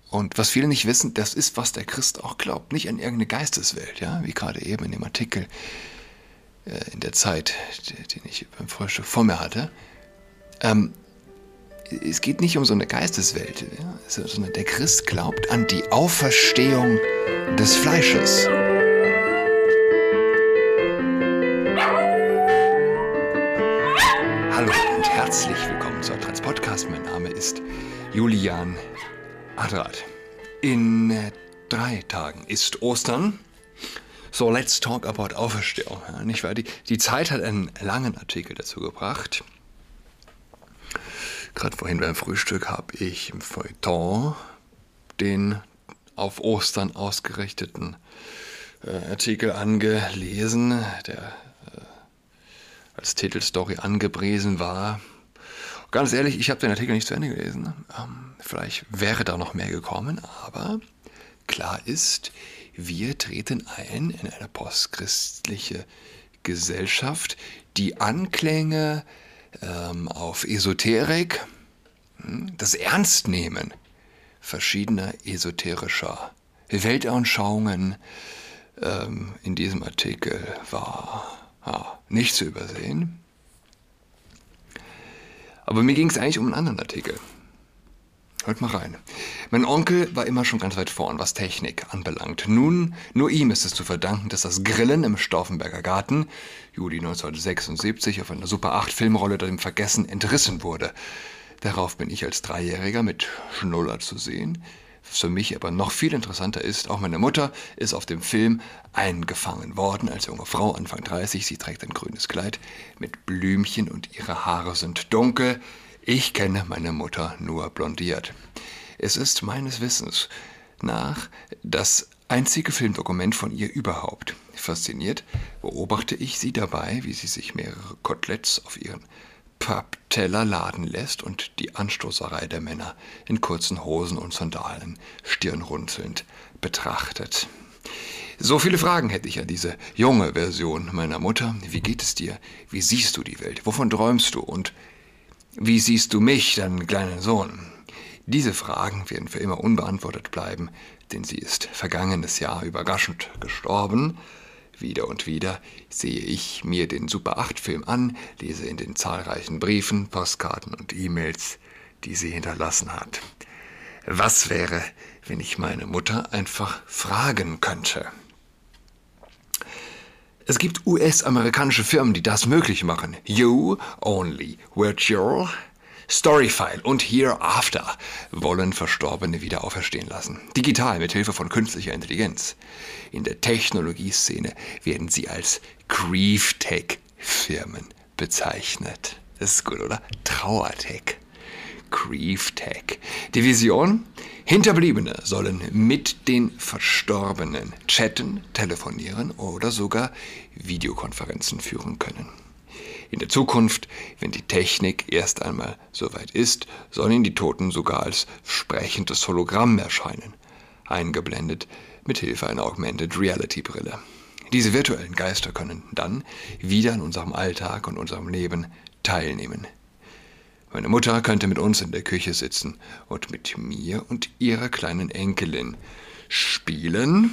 Und was viele nicht wissen, das ist, was der Christ auch glaubt. Nicht an irgendeine Geisteswelt, ja, wie gerade eben in dem Artikel in der Zeit, den ich beim Frühstück vor mir hatte. Es geht nicht um so eine Geisteswelt, ja, sondern der Christ glaubt an die Auferstehung des Fleisches. Hallo und herzlich willkommen zu Adrats Podcast. Mein Name ist Julian Adrat. In 3 Tagen ist Ostern. So, let's talk about Auferstehung. Ja, nicht wahr? Die Zeit hat einen langen Artikel dazu gebracht. Gerade vorhin beim Frühstück habe ich im Feuilleton den auf Ostern ausgerichteten Artikel angelesen, der als Titelstory angepriesen war. Ganz ehrlich, ich habe den Artikel nicht zu Ende gelesen. Vielleicht wäre da noch mehr gekommen, aber klar ist, wir treten ein in eine postchristliche Gesellschaft, die Anklänge auf Esoterik, das Ernstnehmen verschiedener esoterischer Weltanschauungen in diesem Artikel war nicht zu übersehen. Aber mir ging es eigentlich um einen anderen Artikel. Hört mal rein. Mein Onkel war immer schon ganz weit vorn, was Technik anbelangt. Nun, nur ihm ist es zu verdanken, dass das Grillen im Stauffenberger Garten, Juli 1976, auf einer Super 8 Filmrolle dem Vergessen entrissen wurde. Darauf bin ich als 3-Jähriger mit Schnuller zu sehen. Was für mich aber noch viel interessanter ist, auch meine Mutter ist auf dem Film eingefangen worden als junge Frau, Anfang 30. Sie trägt ein grünes Kleid mit Blümchen und ihre Haare sind dunkel. Ich kenne meine Mutter nur blondiert. Es ist meines Wissens nach das einzige Filmdokument von ihr überhaupt. Fasziniert beobachte ich sie dabei, wie sie sich mehrere Koteletts auf ihren Pappteller laden lässt und die Anstoßerei der Männer in kurzen Hosen und Sandalen stirnrunzelnd betrachtet. So viele Fragen hätte ich an diese junge Version meiner Mutter. Wie geht es dir? Wie siehst du die Welt? Wovon träumst du? Und wie siehst du mich, deinen kleinen Sohn? Diese Fragen werden für immer unbeantwortet bleiben, denn sie ist vergangenes Jahr überraschend gestorben. Wieder und wieder sehe ich mir den Super 8-Film an, lese in den zahlreichen Briefen, Postkarten und E-Mails, die sie hinterlassen hat. Was wäre, wenn ich meine Mutter einfach fragen könnte? Es gibt US-amerikanische Firmen, die das möglich machen. You Only Virtual, Storyfile und Hereafter wollen Verstorbene wieder auferstehen lassen. Digital mit Hilfe von künstlicher Intelligenz. In der Technologieszene werden sie als Grief-Tech-Firmen bezeichnet. Das ist gut, oder? Trauertech. Grief-Tech. Die Vision? Hinterbliebene sollen mit den Verstorbenen chatten, telefonieren oder sogar Videokonferenzen führen können. In der Zukunft, wenn die Technik erst einmal soweit ist, sollen die Toten sogar als sprechendes Hologramm erscheinen, eingeblendet mit Hilfe einer Augmented Reality Brille. Diese virtuellen Geister können dann wieder an unserem Alltag und unserem Leben teilnehmen. Meine Mutter könnte mit uns in der Küche sitzen und mit mir und ihrer kleinen Enkelin spielen.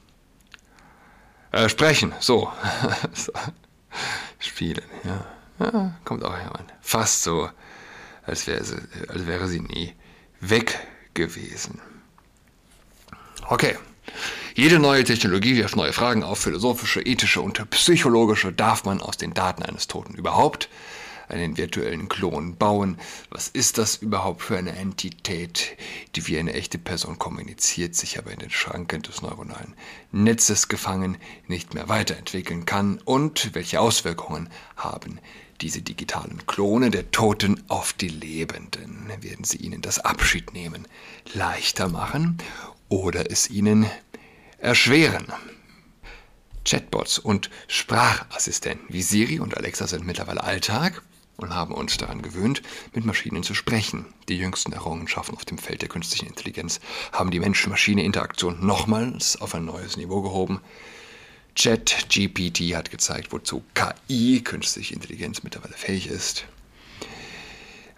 Sprechen, so. Spielen, ja. Kommt auch heran. Fast so, als wäre sie nie weg gewesen. Okay. Jede neue Technologie wirft neue Fragen auf, philosophische, ethische und psychologische. Darf man aus den Daten eines Toten überhaupt einen virtuellen Klon bauen? Was ist das überhaupt für eine Entität, die wie eine echte Person kommuniziert, sich aber in den Schranken des neuronalen Netzes gefangen, nicht mehr weiterentwickeln kann? Und welche Auswirkungen haben diese digitalen Klone der Toten auf die Lebenden? Werden sie ihnen das Abschiednehmen leichter machen oder es ihnen erschweren? Chatbots und Sprachassistenten wie Siri und Alexa sind mittlerweile Alltag und haben uns daran gewöhnt, mit Maschinen zu sprechen. Die jüngsten Errungenschaften auf dem Feld der künstlichen Intelligenz haben die Mensch-Maschine-Interaktion nochmals auf ein neues Niveau gehoben. ChatGPT hat gezeigt, wozu KI, künstliche Intelligenz, mittlerweile fähig ist.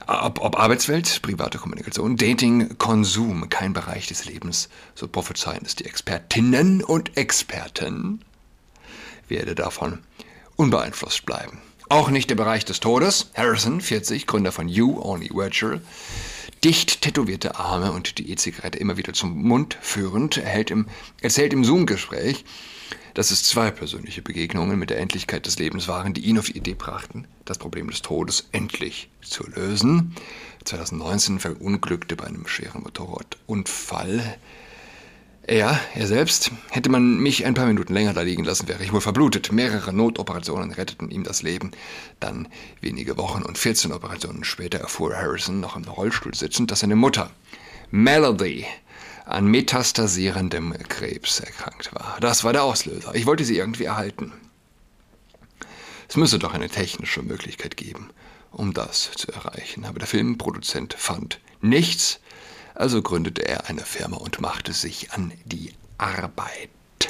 Ob Arbeitswelt, private Kommunikation, Dating, Konsum, kein Bereich des Lebens, so prophezeien es die Expertinnen und Experten, werde davon unbeeinflusst bleiben. Auch nicht der Bereich des Todes. Harrison, 40, Gründer von You Only Virtual, dicht tätowierte Arme und die E-Zigarette immer wieder zum Mund führend, erzählt im Zoom-Gespräch, dass es 2 persönliche Begegnungen mit der Endlichkeit des Lebens waren, die ihn auf die Idee brachten, das Problem des Todes endlich zu lösen. 2019 verunglückte bei einem schweren Motorradunfall. Er selbst, hätte man mich ein paar Minuten länger da liegen lassen, wäre ich wohl verblutet. Mehrere Notoperationen retteten ihm das Leben. Dann, wenige Wochen und 14 Operationen später, erfuhr Harrison, noch im Rollstuhl sitzend, dass seine Mutter, Melody, an metastasierendem Krebs erkrankt war. Das war der Auslöser. Ich wollte sie irgendwie erhalten. Es müsse doch eine technische Möglichkeit geben, um das zu erreichen. Aber der Filmproduzent fand nichts. Also gründete er eine Firma und machte sich an die Arbeit.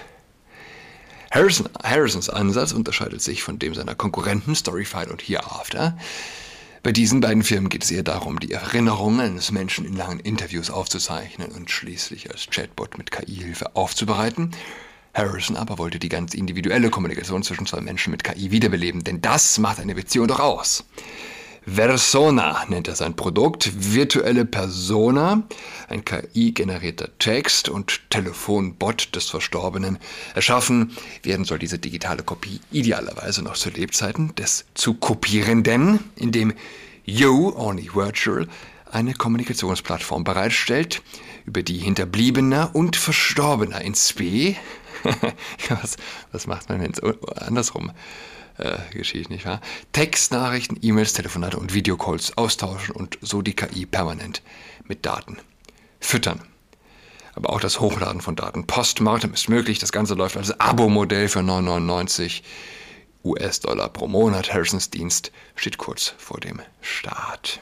Harrisons Ansatz unterscheidet sich von dem seiner Konkurrenten Storyfile und Hereafter. Bei diesen beiden Firmen geht es eher darum, die Erinnerungen eines Menschen in langen Interviews aufzuzeichnen und schließlich als Chatbot mit KI-Hilfe aufzubereiten. Harrison aber wollte die ganz individuelle Kommunikation zwischen 2 Menschen mit KI wiederbeleben, denn das macht eine Beziehung doch aus. Versona nennt er sein Produkt, virtuelle Persona, ein KI-generierter Text und Telefonbot des Verstorbenen. Erschaffen werden soll diese digitale Kopie idealerweise noch zu Lebzeiten des zu Kopierenden, indem You Only Virtual eine Kommunikationsplattform bereitstellt, über die Hinterbliebener und Verstorbener in Spe, was macht man, wenn es andersrum geschieht, nicht wahr? Textnachrichten, E-Mails, Telefonate und Videocalls austauschen und so die KI permanent mit Daten füttern. Aber auch das Hochladen von Daten postmortem ist möglich. Das Ganze läuft als Abo-Modell für 9,99 US-Dollar pro Monat. Harrisons Dienst steht kurz vor dem Start.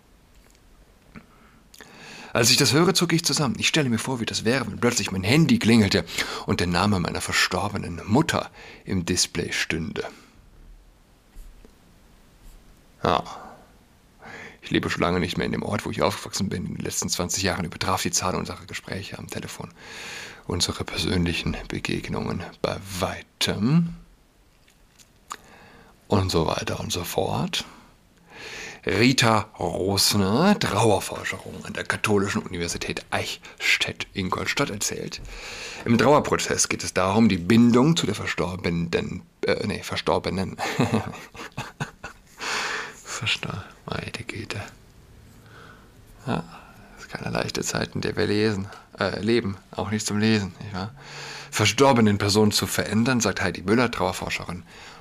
Als ich das höre, zucke ich zusammen. Ich stelle mir vor, wie das wäre, wenn plötzlich mein Handy klingelte und der Name meiner verstorbenen Mutter im Display stünde. Ja. Ich lebe schon lange nicht mehr in dem Ort, wo ich aufgewachsen bin. In den letzten 20 Jahren übertraf die Zahl unserer Gespräche am Telefon unsere persönlichen Begegnungen bei weitem. Und so weiter und so fort. Rita Rosner, Trauerforscherin an der Katholischen Universität Eichstätt-Ingolstadt, erzählt: Im Trauerprozess geht es darum, die Bindung zu der Verstorbenen. Meine Güte. Ja, das ist keine leichte Zeit, in der wir leben, auch nicht zum Lesen, nicht wahr? Verstorbenen Personen zu verändern, sagt Heidi Müller, Trauerforscherin.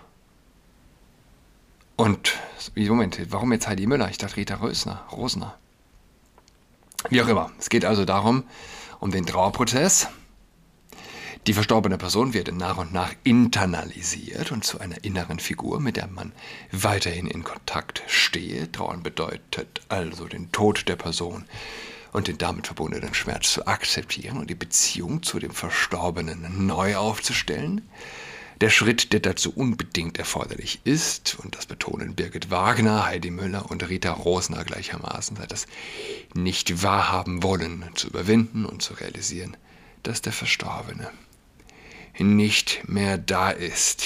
Und, Moment, warum jetzt Heidi Müller? Ich dachte Rita Rosner. Wie auch immer, es geht also darum, um den Trauerprozess. Die verstorbene Person wird nach und nach internalisiert und zu einer inneren Figur, mit der man weiterhin in Kontakt stehe. Trauern bedeutet also, den Tod der Person und den damit verbundenen Schmerz zu akzeptieren und die Beziehung zu dem Verstorbenen neu aufzustellen. Der Schritt, der dazu unbedingt erforderlich ist, und das betonen Birgit Wagner, Heidi Müller und Rita Rosner gleichermaßen, sei das nicht wahrhaben wollen, zu überwinden und zu realisieren, dass der Verstorbene nicht mehr da ist.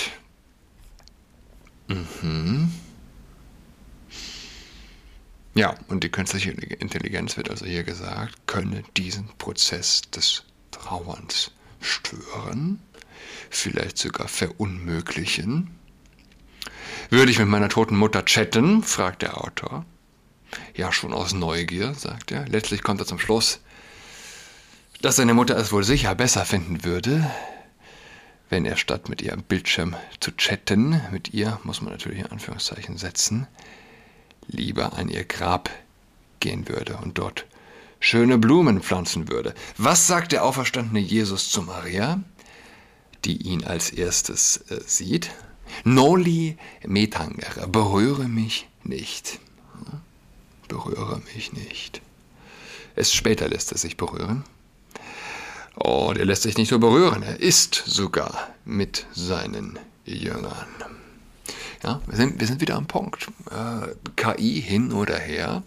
Ja, und die künstliche Intelligenz, wird also hier gesagt, könne diesen Prozess des Trauerns stören, vielleicht sogar verunmöglichen. Würde ich mit meiner toten Mutter chatten, fragt der Autor. Ja, schon aus Neugier, sagt er. Letztlich kommt er zum Schluss, dass seine Mutter es wohl sicher besser finden würde, wenn er statt mit ihr am Bildschirm zu chatten, mit ihr, muss man natürlich in Anführungszeichen setzen, lieber an ihr Grab gehen würde und dort schöne Blumen pflanzen würde. Was sagt der auferstandene Jesus zu Maria, die ihn als erstes sieht? Noli me tangere, berühre mich nicht. Berühre mich nicht. Erst später lässt er sich berühren. Oh, der lässt sich nicht nur berühren, er isst sogar mit seinen Jüngern. Ja, wir sind wieder am Punkt. KI hin oder her.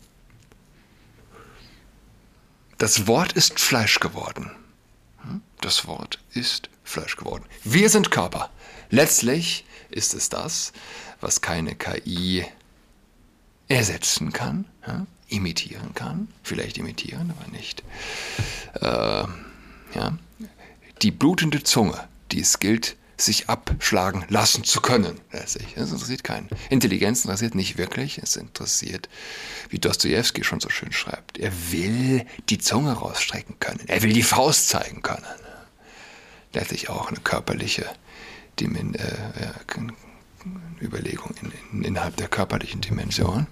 Das Wort ist Fleisch geworden. Das Wort ist Fleisch geworden. Wir sind Körper. Letztlich ist es das, was keine KI ersetzen kann, ja, imitieren kann. Vielleicht imitieren, aber nicht. Ja. Die blutende Zunge, die es gilt, sich abschlagen lassen zu können. Das interessiert keinen. Intelligenz interessiert nicht wirklich. Es interessiert, wie Dostojewski schon so schön schreibt, er will die Zunge rausstrecken können. Er will die Faust zeigen können. Letztlich auch eine körperliche Überlegung innerhalb der körperlichen Dimension.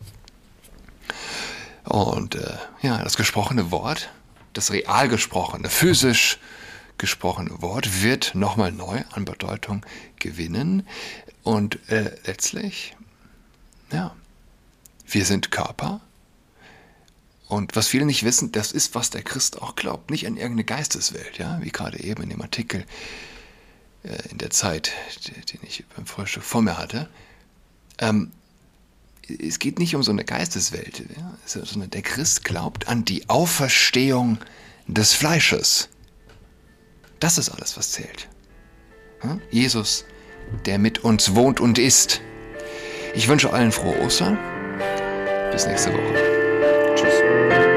Und das gesprochene Wort, das real gesprochene, physisch gesprochene Wort wird nochmal neu an Bedeutung gewinnen. Und letztlich, ja, wir sind Körper. Und was viele nicht wissen, das ist, was der Christ auch glaubt. Nicht an irgendeine Geisteswelt, ja, wie gerade eben in dem Artikel in der Zeit, den ich beim Frühstück vor mir hatte. Es geht nicht um so eine Geisteswelt, ja, sondern der Christ glaubt an die Auferstehung des Fleisches. Das ist alles, was zählt. Jesus, der mit uns wohnt und ist. Ich wünsche allen frohe Ostern. Bis nächste Woche. Tschüss.